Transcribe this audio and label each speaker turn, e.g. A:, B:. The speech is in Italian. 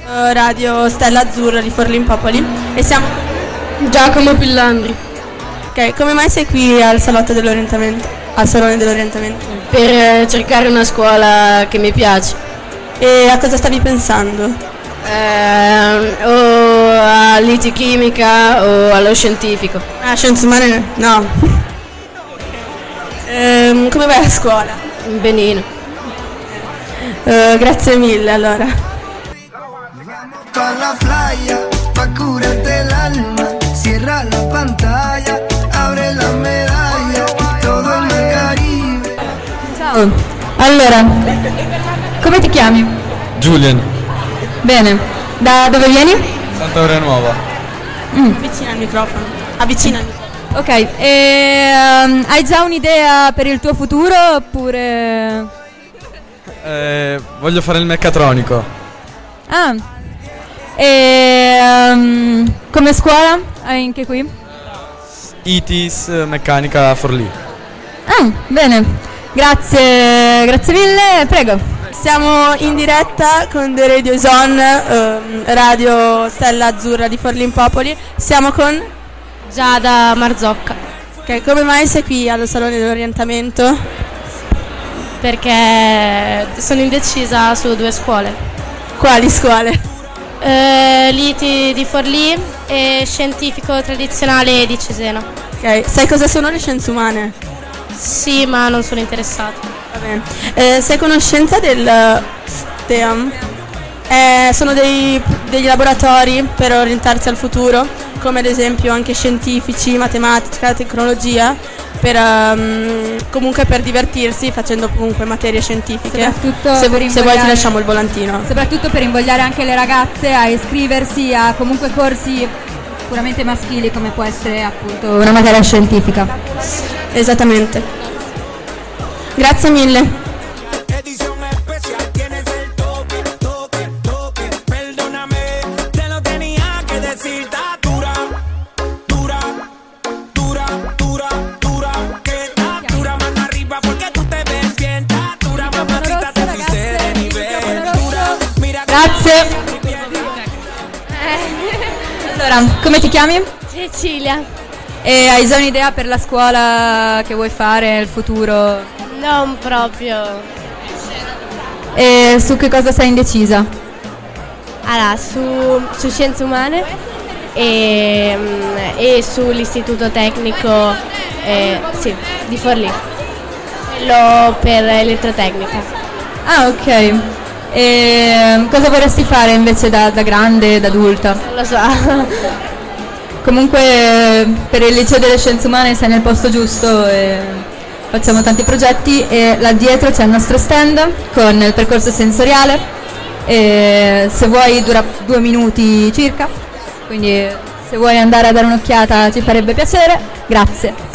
A: Radio Stella Azzurra di Forlì Popoli e siamo
B: Giacomo Pillandri.
A: Ok, come mai sei qui al salotto dell'orientamento? Al salone dell'orientamento?
B: Per cercare una scuola che mi piace.
A: E a cosa stavi pensando?
B: O all'IT chimica o allo scientifico.
A: Ah, scienze umane? No. Come vai a scuola?
B: Benino.
A: Grazie mille allora.
C: Pa' la playa, pa' curarte el alma, cierra la pantalla, abre la medalla, todo el mar Caribe.
D: Ciao, allora, come ti chiami?
E: Julian,
D: Bene, da dove vieni?
E: Sant'Aurea Nuova.
A: Avvicina il microfono. Avvicina il microfono.
D: Ok, hai già un'idea per il tuo futuro oppure...
E: Voglio fare il meccatronico.
D: Ah, come scuola? Anche qui?
E: ITIS meccanica Forlì.
D: Ah, bene, grazie mille, prego.
A: Siamo in diretta con The Radio Is On, Radio Stella Azzurra di Forlì Popoli. Siamo con
B: Giada Marzocca.
A: Ok, come mai sei qui allo salone dell'orientamento?
B: Perché sono indecisa su 2 scuole.
A: Quali scuole?
B: L'IT di Forlì e scientifico tradizionale di Cesena.
A: Ok, sai cosa sono le scienze umane?
B: Sì, ma non sono interessata.
A: Va bene. Sei a conoscenza del STEAM? Sono degli laboratori per orientarsi al futuro, come ad esempio anche scientifici, matematica, tecnologia, per comunque per divertirsi facendo comunque materie scientifiche.
D: Soprattutto
A: se
D: per
A: vuoi ti
D: invogliare-
A: lasciamo il volantino.
D: Soprattutto per invogliare anche le ragazze a iscriversi a comunque corsi puramente maschili come può essere appunto una materia scientifica.
A: Esattamente. Grazie mille.
C: Edición especial, tienes el toque, toque, toque. Perdóname, te lo tenía que decir. Está dura, dura, dura, dura, dura. Que está dura, mano arriba porque tú te ves bien. Está dura, mamacita, te fuiste de nivel. Dura, mira.
D: Grazie. Allora, come ti chiami?
B: Cecilia.
D: E hai già un'idea per la scuola che vuoi fare nel futuro?
B: Non proprio.
D: E su che cosa sei indecisa?
B: Allora, su scienze umane e sull'istituto tecnico sì, di Forlì. Quello per elettrotecnica.
D: Ah, ok. E cosa vorresti fare invece da grande, da adulta?
B: Non lo so.
D: Comunque per il liceo delle scienze umane sei nel posto giusto e facciamo tanti progetti e là dietro c'è il nostro stand con il percorso sensoriale e se vuoi dura 2 minuti circa, quindi se vuoi andare a dare un'occhiata ci farebbe piacere. Grazie.